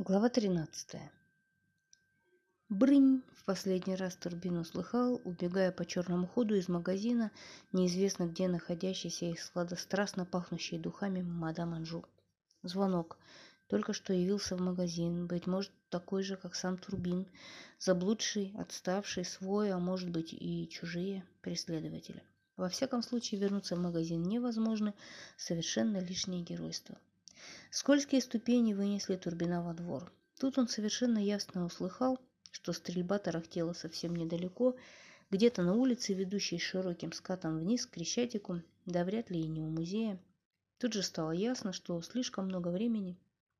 Глава 13. Брынь в последний раз Турбин услыхал, убегая по черному ходу из магазина, неизвестно где находящийся и сладострастно пахнущий духами мадам Анжу. Звонок. Только что явился в магазин, быть может, такой же, как сам Турбин, заблудший, отставший, свой, а может быть и чужие преследователи. Во всяком случае, вернуться в магазин невозможно, совершенно лишнее геройство. Скользкие ступени вынесли Турбина во двор. Тут он совершенно ясно услыхал, что стрельба тарахтела совсем недалеко, где-то на улице, ведущей широким скатом вниз к Крещатику, да вряд ли и не у музея. Тут же стало ясно, что слишком много времени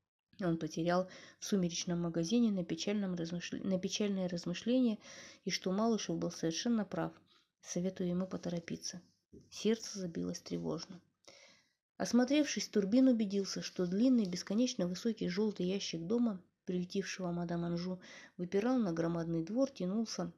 он потерял в сумеречном магазине на печальное размышление, и что Малышев был совершенно прав. Советую ему поторопиться. Сердце забилось тревожно. Осмотревшись, Турбин убедился, что длинный, бесконечно высокий желтый ящик дома, приютившего мадам Анжу, выпирал на громадный двор, тянулся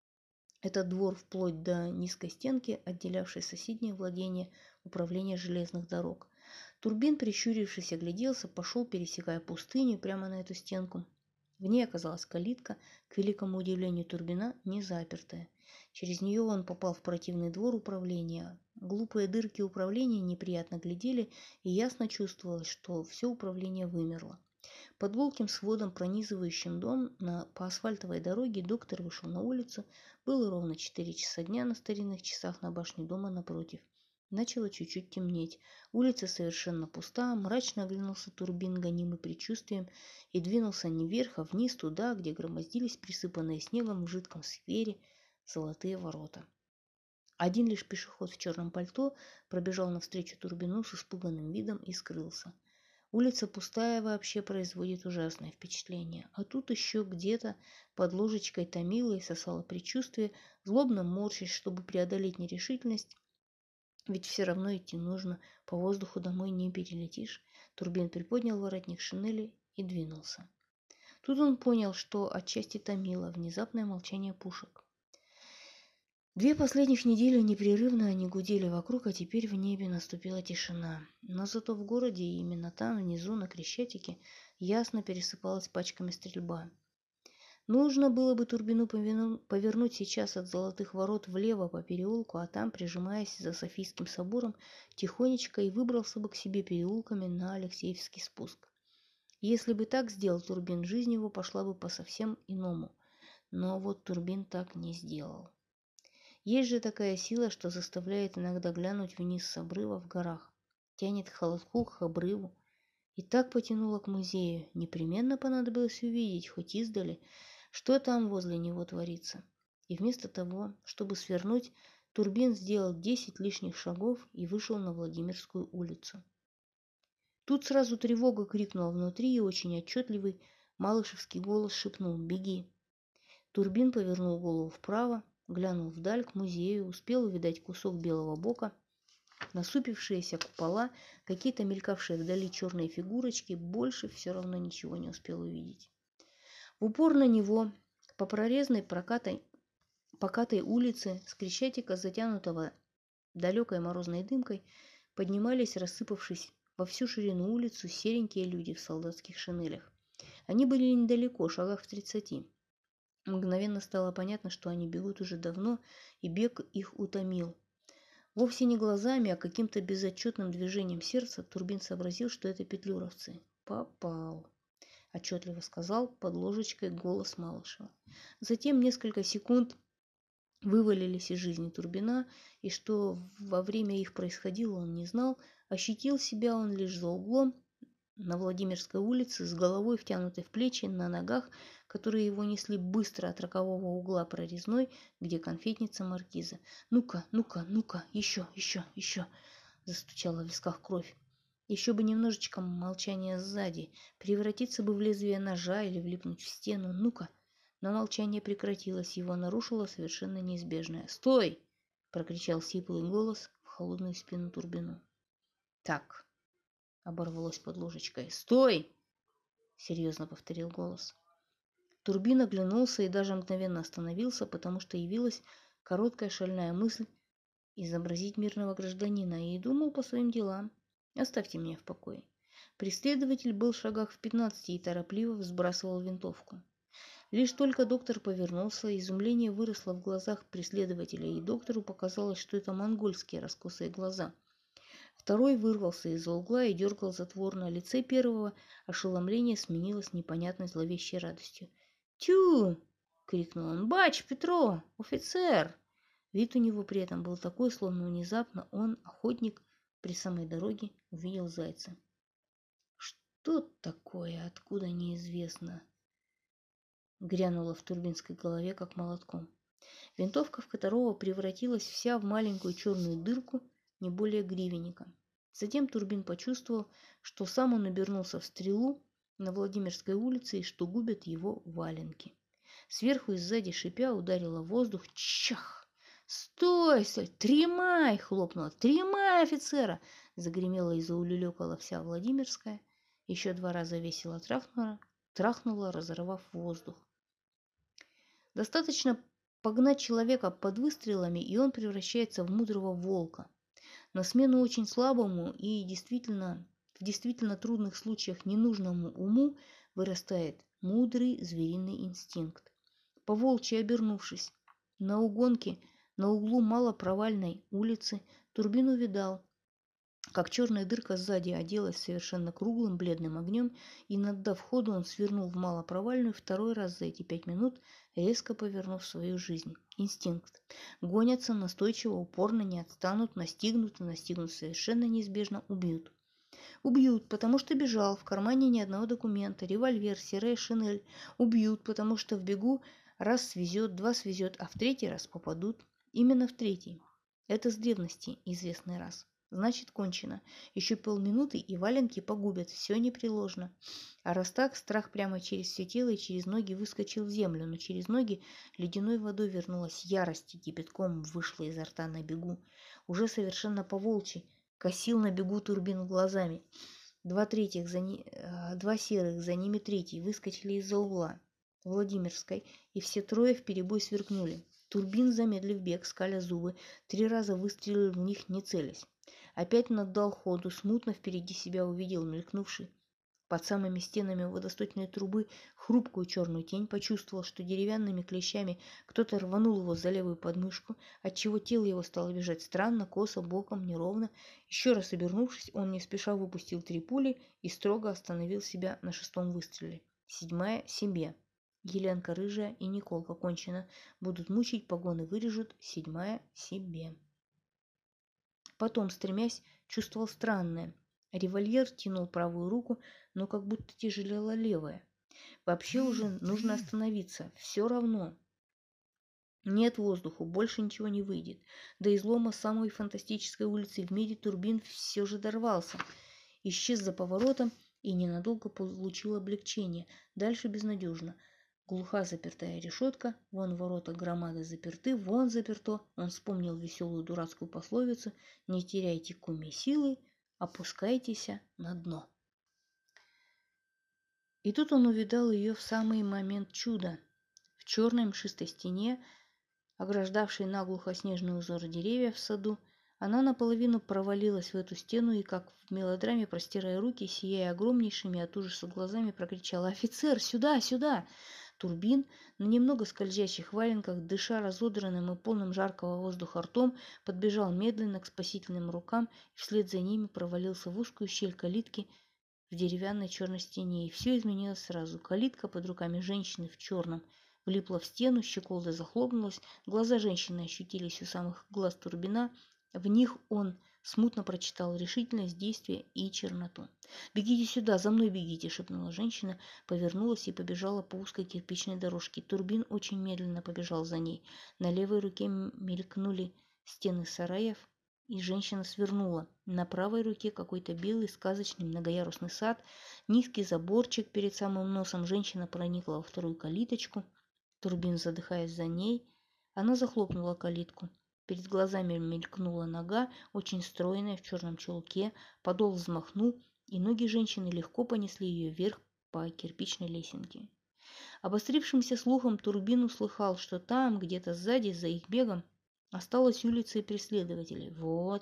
этот двор вплоть до низкой стенки, отделявшей соседнее владение управления железных дорог. Турбин, прищурившись, огляделся, пошел, пересекая пустыню, прямо на эту стенку. В ней оказалась калитка, к великому удивлению Турбина, не запертая. Через нее он попал в противный двор управления. Глупые дырки управления неприятно глядели, и ясно чувствовалось, что все управление вымерло. Под гулким сводом, пронизывающим дом, по асфальтовой дороге доктор вышел на улицу. Было ровно 4 часа дня на старинных часах на башне дома напротив. Начало чуть-чуть темнеть. Улица совершенно пуста. Мрачно оглянулся Турбин, гонимый предчувствием, и двинулся не вверх, а вниз, туда, где громоздились присыпанные снегом в жидком сквере золотые ворота. Один лишь пешеход в черном пальто пробежал навстречу Турбину с испуганным видом и скрылся. Улица пустая вообще производит ужасное впечатление. А тут еще где-то под ложечкой томило и сосало предчувствие, злобно морщась, чтобы преодолеть нерешительность. Ведь все равно идти нужно, по воздуху домой не перелетишь. Турбин приподнял воротник шинели и двинулся. Тут он понял, что отчасти томило внезапное молчание пушек. 2 последних недели непрерывно они гудели вокруг, а теперь в небе наступила тишина. Но зато в городе, и именно там, внизу, на Крещатике, ясно пересыпалась пачками стрельба. Нужно было бы Турбину повернуть сейчас от Золотых ворот влево по переулку, а там, прижимаясь за Софийским собором, тихонечко и выбрался бы к себе переулками на Алексеевский спуск. Если бы так сделал Турбин, жизнь его пошла бы по совсем иному. Но вот Турбин так не сделал. Есть же такая сила, что заставляет иногда глянуть вниз с обрыва в горах, тянет к холодку, к обрыву. И так потянуло к музею. Непременно понадобилось увидеть, хоть издали, что там возле него творится. И вместо того, чтобы свернуть, Турбин сделал 10 лишних шагов и вышел на Владимирскую улицу. Тут сразу тревога крикнула внутри, и очень отчетливый малышевский голос шепнул: «Беги!». Турбин повернул голову вправо, глянул вдаль к музею, успел увидать кусок белого бока, насупившиеся купола, какие-то мелькавшие вдали черные фигурочки, больше все равно ничего не успел увидеть. В упор на него, по прорезанной покатой улице, с Крещатика, затянутого далекой морозной дымкой, поднимались, рассыпавшись во всю ширину улицу, серенькие люди в солдатских шинелях. Они были недалеко, шагах в 30. Мгновенно стало понятно, что они бегут уже давно, и бег их утомил. Вовсе не глазами, а каким-то безотчетным движением сердца Турбин сообразил, что это петлюровцы. «Попал», — отчетливо сказал под ложечкой голос Малышева. Затем несколько секунд вывалились из жизни Турбина, и что во время их происходило, он не знал. Ощутил себя он лишь за углом на Владимирской улице, с головой втянутой в плечи, на ногах, которые его несли быстро от рокового угла прорезной, где конфетница маркиза. «Ну-ка, ну-ка, ну-ка, еще, еще, еще!» — застучала в висках кровь. Еще бы немножечко молчания сзади, превратиться бы в лезвие ножа или влипнуть в стену. «Ну-ка!» Но молчание прекратилось, его нарушило совершенно неизбежное. «Стой!» — прокричал сиплый голос в холодную спину Турбину. «Так!» — оборвалось под ложечкой. «Стой!» — серьезно повторил голос. Турбин оглянулся и даже мгновенно остановился, потому что явилась короткая шальная мысль изобразить мирного гражданина, и думал по своим делам. «Оставьте меня в покое. Преследователь был в шагах в 15 и торопливо взбрасывал винтовку. Лишь только доктор повернулся, изумление выросло в глазах преследователя, и доктору показалось, что это монгольские раскосые глаза. Второй вырвался из-за угла и дергал затвор. На лице первого ошеломление сменилось непонятной зловещей радостью. «Тю!» — крикнул он. «Бач, Петро! Офицер!» Вид у него при этом был такой, словно внезапно он, охотник, при самой дороге увидел зайца. «Что такое? Откуда неизвестно?» Грянуло в Турбинской голове, как молотком. Винтовка в Которова превратилась вся в маленькую черную дырку, не более гривенника. Затем Турбин почувствовал, что сам он обернулся в стрелу на Владимирской улице и что губят его валенки. Сверху и сзади шипя ударило воздух. Чах! «Стой! Стой! Тримай!» — хлопнула. «Тримай офицера!» — загремела и заулюлюкала вся Владимирская. Еще 2 раза весело трахнула, разорвав воздух. Достаточно погнать человека под выстрелами, и он превращается в мудрого волка. На смену очень слабому и в действительно трудных случаях ненужному уму вырастает мудрый звериный инстинкт. Поволчьи обернувшись на угонке на углу малопровальной улицы, Турбин увидал, как черная дырка сзади оделась совершенно круглым бледным огнем, и, наддав ходу, он свернул в малопровальную 2-й раз за эти 5 минут, резко повернув свою жизнь. Инстинкт. Гонятся настойчиво, упорно, не отстанут, настигнут совершенно неизбежно, убьют. Убьют, потому что бежал, в кармане ни одного документа, револьвер, серая шинель. Убьют, потому что в бегу раз свезет, 2 свезет, а в 3-й раз попадут. Именно в 3-й. Это с древности известный раз. Значит, кончено. Еще полминуты, и валенки погубят. Все непреложно. А раз так, страх прямо через все тело и через ноги выскочил в землю, но через ноги ледяной водой вернулась ярость и кипятком вышла изо рта на бегу. Уже совершенно по-волчьи косил на бегу Турбин глазами. 2 серых, за ними 3-й, выскочили из-за угла Владимирской, и все 3 вперебой сверкнули. Турбин, замедлив бег, скаля зубы, 3 раза выстрелил в них, не целясь. Опять наддал ходу, смутно впереди себя увидел мелькнувший под самыми стенами водосточной трубы хрупкую черную тень, почувствовал, что деревянными клещами кто-то рванул его за левую подмышку, отчего тело его стало бежать странно, косо, боком, неровно. Еще раз обернувшись, он не спеша выпустил 3 пули и строго остановил себя на 6-м выстреле. 7-я себе. Еленка рыжая и Николка кончено. Будут мучить, погоны вырежут. 7-я себе. Потом, стремясь, чувствовал странное. Револьвер тянул правую руку, но как будто тяжелела левая. Вообще уже нужно остановиться. Все равно. Нет воздуха, больше ничего не выйдет. До излома самой фантастической улицы в мире Турбин все же дорвался. Исчез за поворотом и ненадолго получил облегчение. Дальше безнадежно. Глуха запертая решетка, вон ворота громады заперты, вон заперто. Он вспомнил веселую дурацкую пословицу: «Не теряйте куме силы, опускайтесь на дно». И тут он увидал ее в самый момент чуда. В черной мшистой стене, ограждавшей наглухо снежный узор деревьев в саду, она наполовину провалилась в эту стену и, как в мелодраме, простирая руки, сияя огромнейшими от ужаса глазами, прокричала: «Офицер, сюда, сюда!» Турбин на немного скользящих валенках, дыша разодранным и полным жаркого воздуха ртом, подбежал медленно к спасительным рукам и вслед за ними провалился в узкую щель калитки в деревянной черной стене. И все изменилось сразу. Калитка под руками женщины в черном влипла в стену, щеколда захлопнулась, глаза женщины ощутились у самых глаз Турбина. В них он смутно прочитал решительность действия и черноту. «Бегите сюда, за мной бегите!» — шепнула женщина, повернулась и побежала по узкой кирпичной дорожке. Турбин очень медленно побежал за ней. На левой руке мелькнули стены сараев, и женщина свернула. На правой руке какой-то белый сказочный многоярусный сад, низкий заборчик перед самым носом. Женщина проникла во вторую калиточку. Турбин, задыхаясь за ней, она захлопнула калитку. Перед глазами мелькнула нога, очень стройная, в черном чулке, подол взмахнул, и ноги женщины легко понесли ее вверх по кирпичной лесенке. Обострившимся слухом Турбин услыхал, что там, где-то сзади, за их бегом, осталась улица и преследователи. Вот,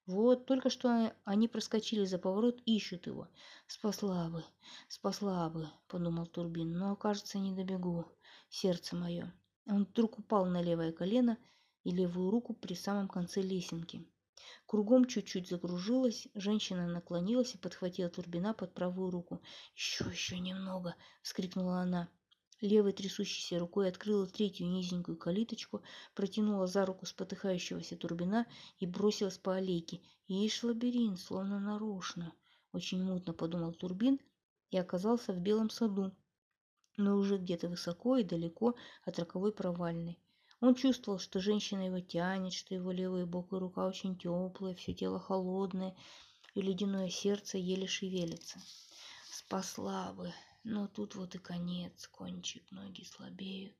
Вот, только что они проскочили за поворот, ищут его. Спасла бы, подумал Турбин, но, кажется, не добегу, сердце мое. Он вдруг упал на левое колено и левую руку при самом конце лесенки. Кругом чуть-чуть закружилась, женщина наклонилась и подхватила Турбина под правую руку. Еще немного!» — вскрикнула она. Левой трясущейся рукой открыла третью низенькую калиточку, протянула за руку спотыхающегося Турбина и бросилась по аллейке. Ишь, лабиринт, словно нарочно. Очень мутно подумал Турбин и оказался в Белом саду, но уже где-то высоко и далеко от роковой провальной. Он чувствовал, что женщина его тянет, что его левый бок и рука очень теплые, все тело холодное, и ледяное сердце еле шевелится. Спасла бы, но тут вот и конец, кончик, ноги слабеют.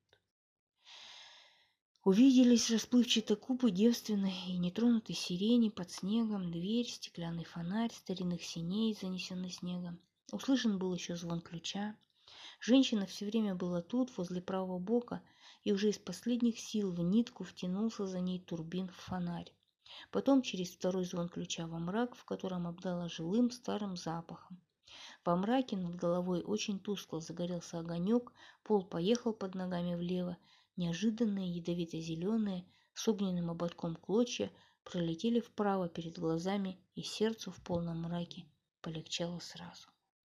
Увиделись расплывчато купы девственной и нетронутой сирени под снегом, дверь, стеклянный фонарь, старинных синей, занесенный снегом. Услышан был еще звон ключа. Женщина все время была тут, возле правого бока, и уже из последних сил в нитку втянулся за ней Турбин в фонарь. Потом через второй звон ключа во мрак, в котором обдало жилым старым запахом. Во мраке над головой очень тускло загорелся огонек, пол поехал под ногами влево, неожиданные ядовито-зеленые, с огненным ободком клочья пролетели вправо перед глазами, и сердцу в полном мраке полегчало сразу.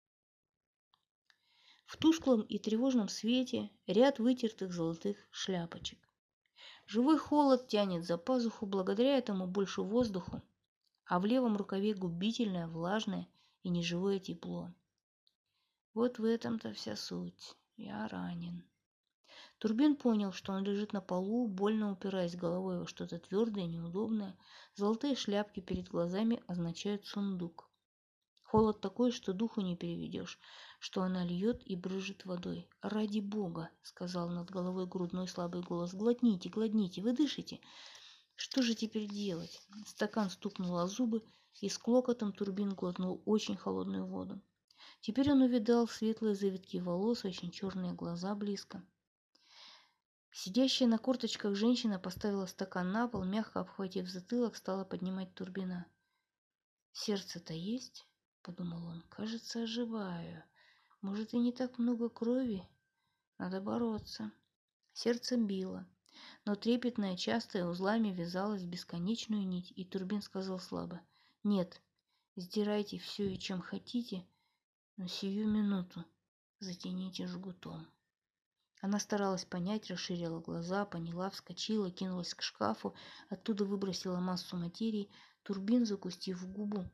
В тусклом и тревожном свете ряд вытертых золотых шляпочек. Живой холод тянет за пазуху, благодаря этому больше воздуху, а в левом рукаве губительное, влажное и неживое тепло. Вот в этом-то вся суть. Я ранен. Турбин понял, что он лежит на полу, больно упираясь головой во что-то твердое, неудобное. Золотые шляпки перед глазами означают сундук. Холод такой, что духу не переведешь, что она льет и брызжет водой. «Ради Бога!» — сказал над головой грудной слабый голос. «Глотните, глотните, вы дышите!» Что же теперь делать? Стакан стукнул о зубы, и с клокотом Турбин глотнул очень холодную воду. Теперь он увидал светлые завитки волос, очень черные глаза близко. Сидящая на корточках женщина поставила стакан на пол, мягко обхватив затылок, стала поднимать Турбина. «Сердце-то есть?» — подумал он. «Кажется, оживаю. Может, и не так много крови? Надо бороться». Сердце било, но трепетное, частое узлами вязалось в бесконечную нить, и Турбин сказал слабо: «Нет, сдирайте все и чем хотите, но сию минуту затяните жгутом». Она старалась понять, расширила глаза, поняла, вскочила, кинулась к шкафу, оттуда выбросила массу материи. Турбин, закусив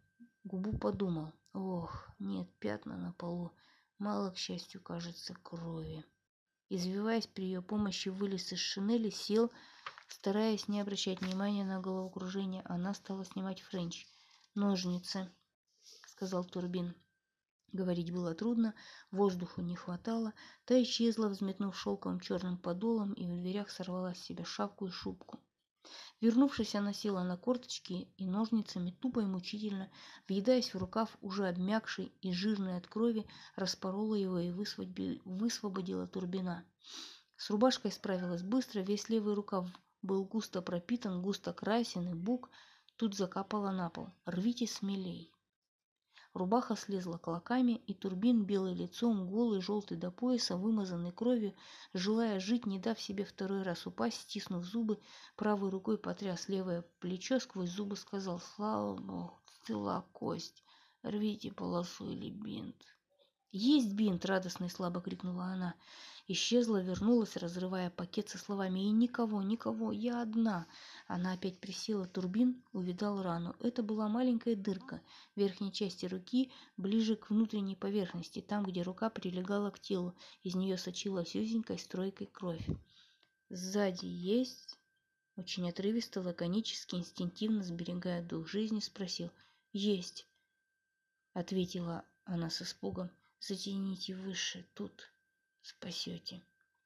губу подумал: «Ох, нет, пятна на полу, мало, к счастью, кажется, крови». Извиваясь при ее помощи, вылез из шинели, сел, стараясь не обращать внимания на головокружение. Она стала снимать френч. «Ножницы», — сказал Турбин. Говорить было трудно, воздуху не хватало. Та исчезла, взметнув шелковым черным подолом, и в дверях сорвала с себя шапку и шубку. Вернувшись, она села на корточки и ножницами, тупо и мучительно, въедаясь в рукав, уже обмякший и жирный от крови, распорола его и высвободила Турбина. С рубашкой справилась быстро, весь левый рукав был густо пропитан, густо красен, и бук тут закапала на пол. «Рвите смелей». Рубаха слезла клоками, и Турбин, белый лицом, голый, желтый до пояса, вымазанный кровью, желая жить, не дав себе второй раз упасть, стиснув зубы, правой рукой потряс левое плечо, сквозь зубы сказал: «Слава Богу, цела кость, рвите полосу или бинт». «Есть бинт!» — радостно и слабо крикнула она. Исчезла, вернулась, разрывая пакет со словами: «И никого, никого, я одна!» Она опять присела. Турбин увидал рану. Это была маленькая дырка в верхней части руки, ближе к внутренней поверхности, там, где рука прилегала к телу. Из нее сочилась узенькой струйкой кровь. «Сзади есть?» — очень отрывисто, лаконически, инстинктивно, сберегая дух жизни, спросил. «Есть!» — ответила она с испугом. «Затяните выше, тут спасете».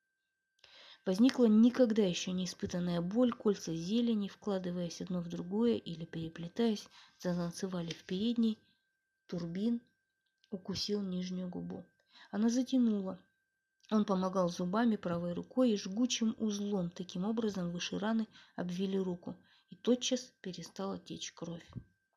Возникла никогда еще не испытанная боль, кольца зелени, вкладываясь одно в другое или переплетаясь, затанцевали в передней. Турбин укусил нижнюю губу. Она затянула. Он помогал зубами, правой рукой и жгучим узлом. Таким образом выше раны обвили руку, и тотчас перестала течь кровь.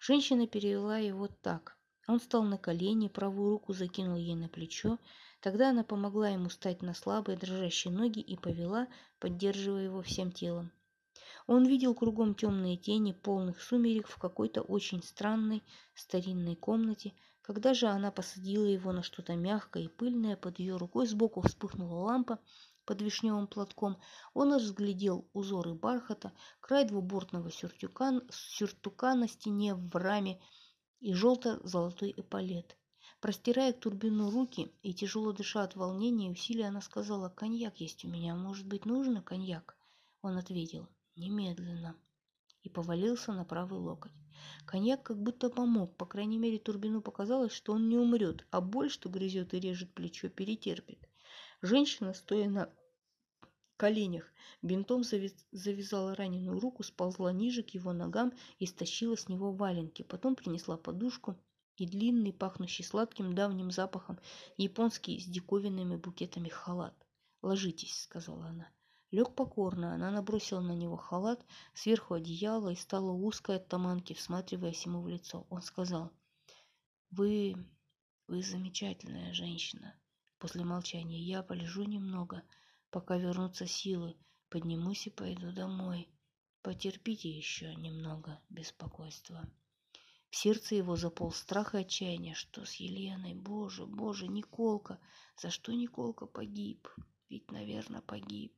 Женщина перевела его так. Он встал на колени, правую руку закинул ей на плечо. Тогда она помогла ему встать на слабые дрожащие ноги и повела, поддерживая его всем телом. Он видел кругом темные тени, полных сумерек в какой-то очень странной старинной комнате. Когда же она посадила его на что-то мягкое и пыльное, под ее рукой сбоку вспыхнула лампа под вишневым платком. Он разглядел узоры бархата, край двубортного сюртука на стене в раме и желто-золотой эполет. Простирая к Турбину руки и тяжело дыша от волнения и усилия, она сказала: «Коньяк есть у меня, может быть, нужно коньяк?» Он ответил: «Немедленно», и повалился на правый локоть. Коньяк как будто помог, по крайней мере, Турбину показалось, что он не умрет, а боль, что грызет и режет плечо, перетерпит. Женщина, стоя на коленях, бинтом завязала раненую руку, сползла ниже к его ногам и стащила с него валенки. Потом принесла подушку и длинный, пахнущий сладким давним запахом, японский с диковинными букетами халат. «Ложитесь», — сказала она. Лег покорно, она набросила на него халат, сверху одеяло и стала узкой от таманки, всматриваясь ему в лицо. Он сказал: «Вы... вы замечательная женщина». После молчания: «Я полежу немного, пока вернутся силы, поднимусь и пойду домой. Потерпите еще немного беспокойства». В сердце его заполз страх и отчаяние. Что с Еленой? Боже, боже, Николка! За что Николка погиб? Ведь, наверное, погиб.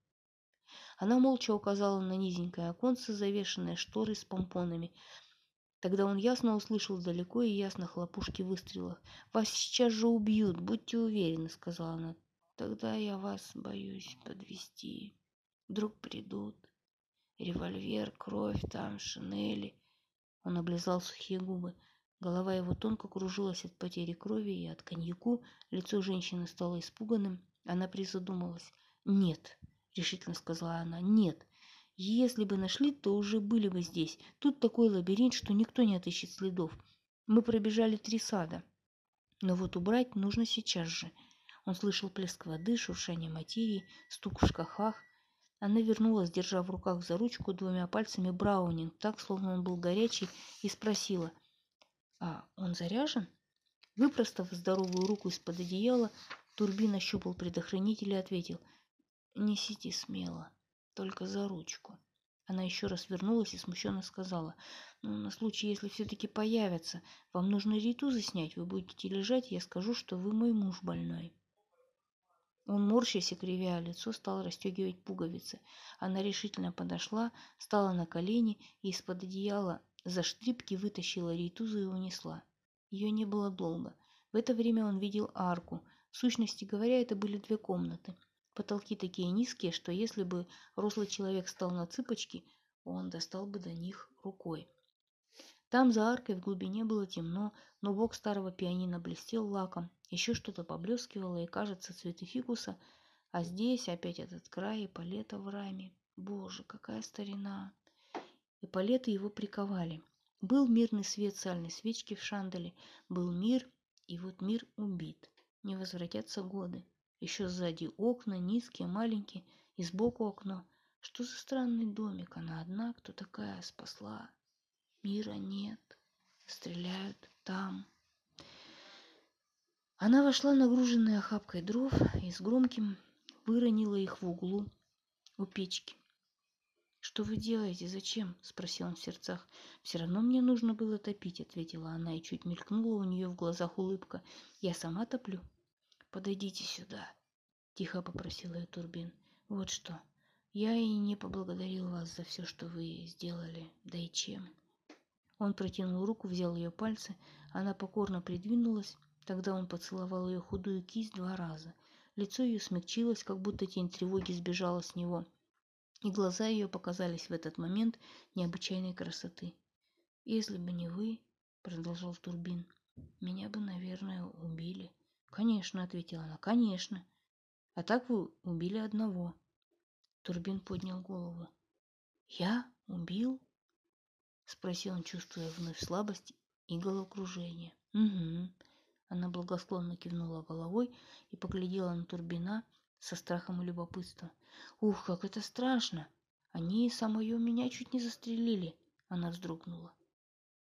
Она молча указала на низенькое оконце, завешенное шторой с помпонами. Тогда он ясно услышал далеко и ясно хлопушки выстрелов. «Вас сейчас же убьют, будьте уверены», — сказала она. «Тогда я вас боюсь подвести. Вдруг придут. Револьвер, кровь, там, шинели». Он облизал сухие губы. Голова его тонко кружилась от потери крови и от коньяку. Лицо женщины стало испуганным. Она призадумалась. «Нет», — решительно сказала она, — «нет. Если бы нашли, то уже были бы здесь. Тут такой лабиринт, что никто не отыщет следов. Мы пробежали 3 сада. Но вот убрать нужно сейчас же». Он слышал плеск воды, шуршание материи, стук в шкафах. Она вернулась, держа в руках за ручку 2 пальцами браунинг, так, словно он был горячий, и спросила: «А он заряжен?» Выпростав здоровую руку из-под одеяла, Турбин ощупал предохранитель и ответил: «Несите смело, только за ручку». Она еще раз вернулась и смущенно сказала: «Ну, на случай, если все-таки появятся, вам нужно ритузы снять, вы будете лежать, я скажу, что вы мой муж больной». Он, морщась и кривя лицо, стал расстегивать пуговицы. Она решительно подошла, встала на колени и из-под одеяла за штрипки вытащила рейтузу и унесла. Ее не было долго. В это время он видел арку. В сущности говоря, это были 2 комнаты. Потолки такие низкие, что если бы рослый человек встал на цыпочки, он достал бы до них рукой. Там за аркой в глубине было темно, но бок старого пианино блестел лаком, еще что-то поблескивало и, кажется, цветы фикуса, а здесь опять этот край эполета в раме. Боже, какая старина! Эполеты его приковали. Был мирный свет сальной свечки в шанделе, был мир, и вот мир убит. Не возвратятся годы. Еще сзади окна, низкие, маленькие, и сбоку окно. Что за странный домик? Она одна, кто такая, спасла? Мира нет. Стреляют там. Она вошла, нагруженная охапкой дров, и с громким выронила их в углу у печки. «Что вы делаете? Зачем?» — спросил он в сердцах. «Все равно мне нужно было топить», — ответила она, и чуть мелькнула у нее в глазах улыбка. «Я сама топлю». «Подойдите сюда», — тихо попросил ее Турбин. «Вот что. Я и не поблагодарил вас за все, что вы сделали. Да и чем?» Он протянул руку, взял ее пальцы. Она покорно придвинулась. Тогда он поцеловал ее худую кисть 2 раза. Лицо ее смягчилось, как будто тень тревоги сбежала с него, и глаза ее показались в этот момент необычайной красоты. «Если бы не вы, — продолжал Турбин, — меня бы, наверное, убили». «Конечно, — ответила она, — конечно. А так вы убили одного». Турбин поднял голову. «Я убил?» — спросил он, чувствуя вновь слабость и головокружение. «Угу». Она благосклонно кивнула головой и поглядела на Турбина со страхом и любопытством. «Ух, как это страшно! Они самое меня чуть не застрелили!» Она вздрогнула.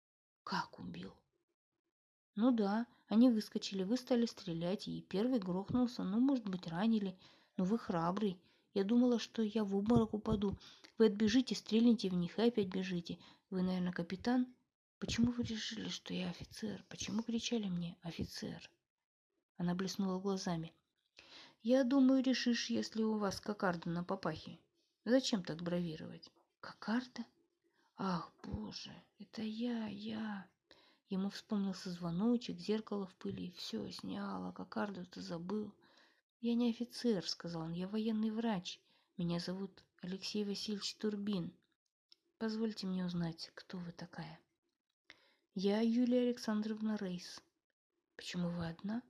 Как убил? Ну да, они выскочили, вы стали стрелять, и первый грохнулся, ну, может быть, ранили. Но вы храбрый. Я думала, что я в обморок упаду. Вы отбежите, стрельните в них и опять бежите. Вы, наверное, капитан? Почему вы решили, что я офицер? Почему кричали мне «офицер»? Она блеснула глазами. Я думаю, решишь, если у вас кокарда на папахе. Зачем так бравировать? Кокарда? Ах, боже, это я. Ему вспомнился звоночек, зеркало в пыли. Все, сняла, кокарду-то забыл. Я не офицер, сказал он, я военный врач. Меня зовут Алексей Васильевич Турбин. Позвольте мне узнать, кто вы такая. Я Юлия Александровна Рейс. Почему вы одна?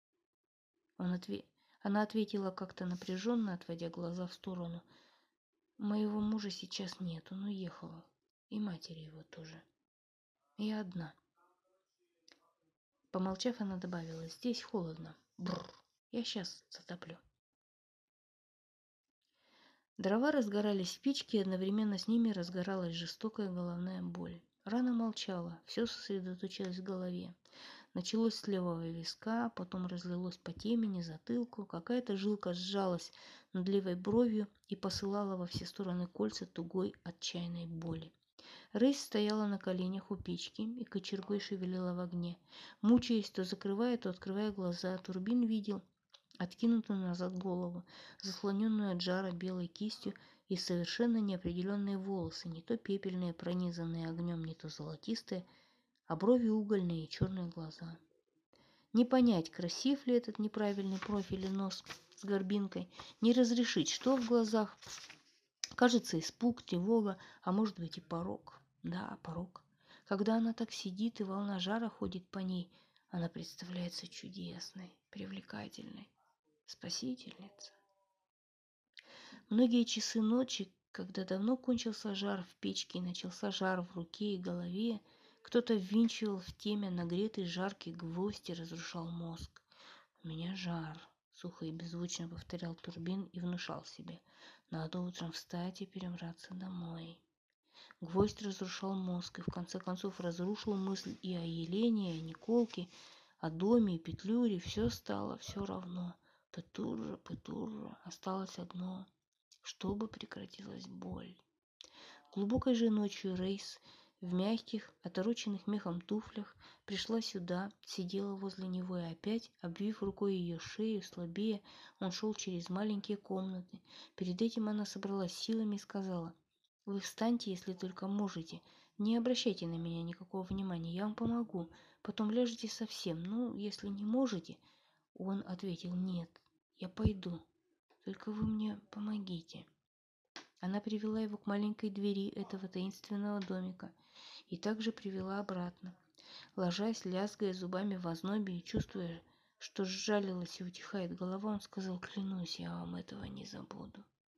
Она ответила как-то напряженно, отводя глаза в сторону. Моего мужа сейчас нет, он уехал. И матери его тоже. Я одна. Помолчав, она добавила, здесь холодно. Бррр, я сейчас затоплю. Дрова разгорались в печке, и одновременно с ними разгоралась жестокая головная боль. Рана молчала, все сосредоточилось в голове. Началось с левого виска, потом разлилось по темени, затылку, какая-то жилка сжалась над левой бровью и посылала во все стороны кольца тугой отчаянной боли. Рысь стояла на коленях у печки и кочергой шевелила в огне. Мучаясь, то закрывая, то открывая глаза, Турбин видел откинутую назад голову, заслоненную от жара белой кистью и совершенно неопределенные волосы, не то пепельные, пронизанные огнем, не то золотистые, а брови угольные и черные глаза. Не понять, красив ли этот неправильный профиль и нос с горбинкой, не разрешить, что в глазах. Кажется, испуг, тревога, а может быть и порок. Да, порок. Когда она так сидит и волна жара ходит по ней, она представляется чудесной, привлекательной, спасительницей. Многие часы ночи, когда давно кончился жар в печке и начался жар в руке и голове, кто-то ввинчивал в темя нагретый жаркий гвоздь и разрушал мозг. «У меня жар», — сухо и беззвучно повторял Турбин и внушал себе. «Надо утром встать и перебраться домой». Гвоздь разрушал мозг и в конце концов разрушил мысль и о Елене, и о Николке, о доме и Петлюре. Все стало все равно. Петурра, осталось одно, чтобы прекратилась боль. Глубокой же ночью Рейс в мягких, отороченных мехом туфлях пришла сюда, сидела возле него и опять, обвив рукой ее шею, слабее, он шел через маленькие комнаты. Перед этим она собралась силами и сказала: «Вы встаньте, если только можете. Не обращайте на меня никакого внимания, я вам помогу. Потом ляжете совсем. Ну, если не можете». Он ответил: «Нет, я пойду. Только вы мне помогите». Она привела его к маленькой двери этого таинственного домика и также привела обратно. Ложась, лязгая зубами в ознобе и чувствуя, что сжалилась и утихает голова, он сказал: «Клянусь, я вам этого не забуду.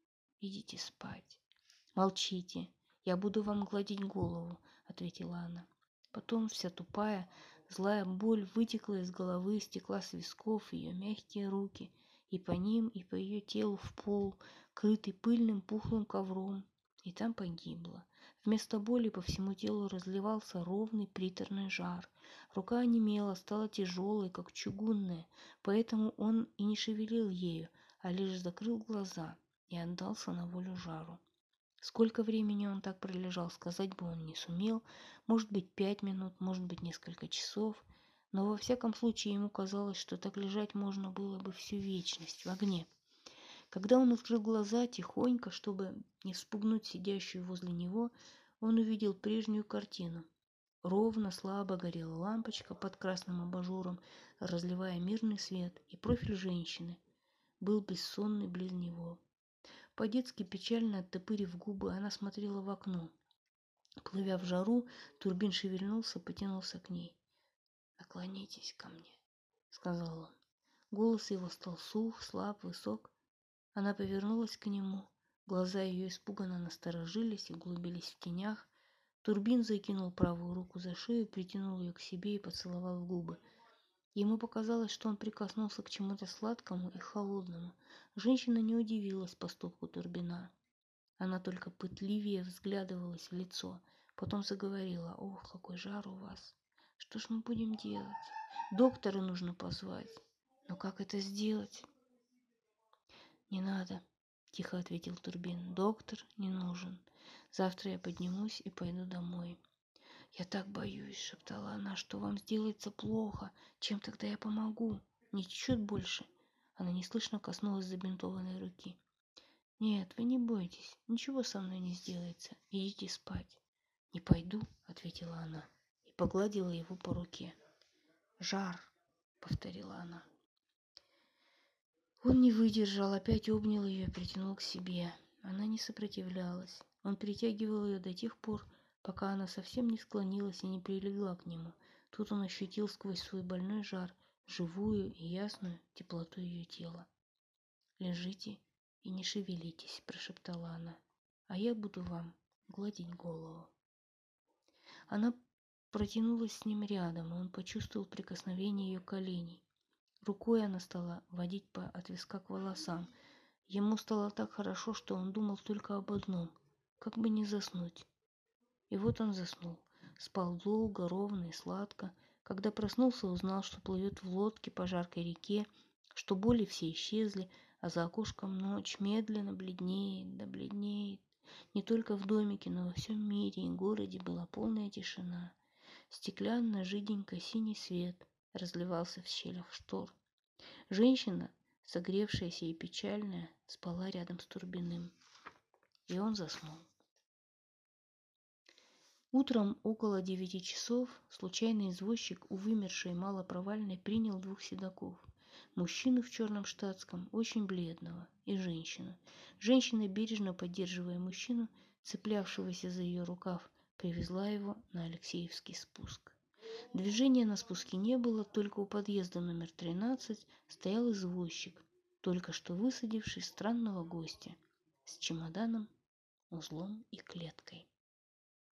Идите спать». «Молчите, я буду вам гладить голову», — ответила она. Потом вся тупая, злая боль вытекла из головы, стекла с висков в ее мягкие руки, и по ним, и по ее телу в пол, крытый пыльным пухлым ковром, и там погибла. Вместо боли по всему телу разливался ровный приторный жар. Рука онемела, стала тяжелой, как чугунная, поэтому он и не шевелил ею, а лишь закрыл глаза и отдался на волю жару. Сколько времени он так пролежал, сказать бы он не сумел. Может быть, 5 минут, может быть, несколько часов. Но во всяком случае ему казалось, что так лежать можно было бы всю вечность в огне. Когда он открыл глаза тихонько, чтобы не вспугнуть сидящую возле него, он увидел прежнюю картину. Ровно, слабо горела лампочка под красным абажуром, разливая мирный свет, и профиль женщины был бессонный близ него. По-детски печально оттопырив губы, она смотрела в окно. Плывя в жару, Турбин шевельнулся, потянулся к ней. «Наклонитесь ко мне», — сказал он. Голос его стал сух, слаб, высок. Она повернулась к нему. Глаза ее испуганно насторожились и углубились в тенях. Турбин закинул правую руку за шею, притянул ее к себе и поцеловал в губы. Ему показалось, что он прикоснулся к чему-то сладкому и холодному. Женщина не удивилась поступку Турбина. Она только пытливее взглядывалась в лицо. Потом заговорила: «Ох, какой жар у вас! Что ж мы будем делать? Доктора нужно позвать. Но как это сделать?» «Не надо», — тихо ответил Турбин. «Доктор не нужен. Завтра я поднимусь и пойду домой». «Я так боюсь», — шептала она, — «что вам сделается плохо. Чем тогда я помогу? Не течет больше?» Она неслышно коснулась забинтованной руки. «Нет, вы не бойтесь. Ничего со мной не сделается. Идите спать». «Не пойду», — ответила она и погладила его по руке. «Жар», — повторила она. Он не выдержал, опять обнял ее и притянул к себе. Она не сопротивлялась. Он притягивал ее до тех пор, пока она совсем не склонилась и не прилегла к нему. Тут он ощутил сквозь свой больной жар живую и ясную теплоту ее тела. «Лежите и не шевелитесь», — прошептала она, — «а я буду вам гладить голову». Она протянулась с ним рядом, и он почувствовал прикосновение ее коленей. Рукой она стала водить от виска к волосам. Ему стало так хорошо, что он думал только об одном — как бы не заснуть. И вот он заснул. Спал долго, ровно и сладко. Когда проснулся, узнал, что плывет в лодке по жаркой реке, что боли все исчезли, а за окошком ночь медленно бледнеет, да бледнеет. Не только в домике, но во всем мире и городе была полная тишина. Стеклянно-жиденько синий свет разливался в щелях штор. Женщина, согревшаяся и печальная, спала рядом с Турбиным. И он заснул. Утром около 9 часов случайный извозчик у вымершей малопровальной принял двух седаков. Мужчину в черном штатском, очень бледного, и женщину. Женщина, бережно поддерживая мужчину, цеплявшегося за ее рукав, привезла его на Алексеевский спуск. Движения на спуске не было, только у подъезда номер 13 стоял извозчик, только что высадивший странного гостя с чемоданом, узлом и клеткой.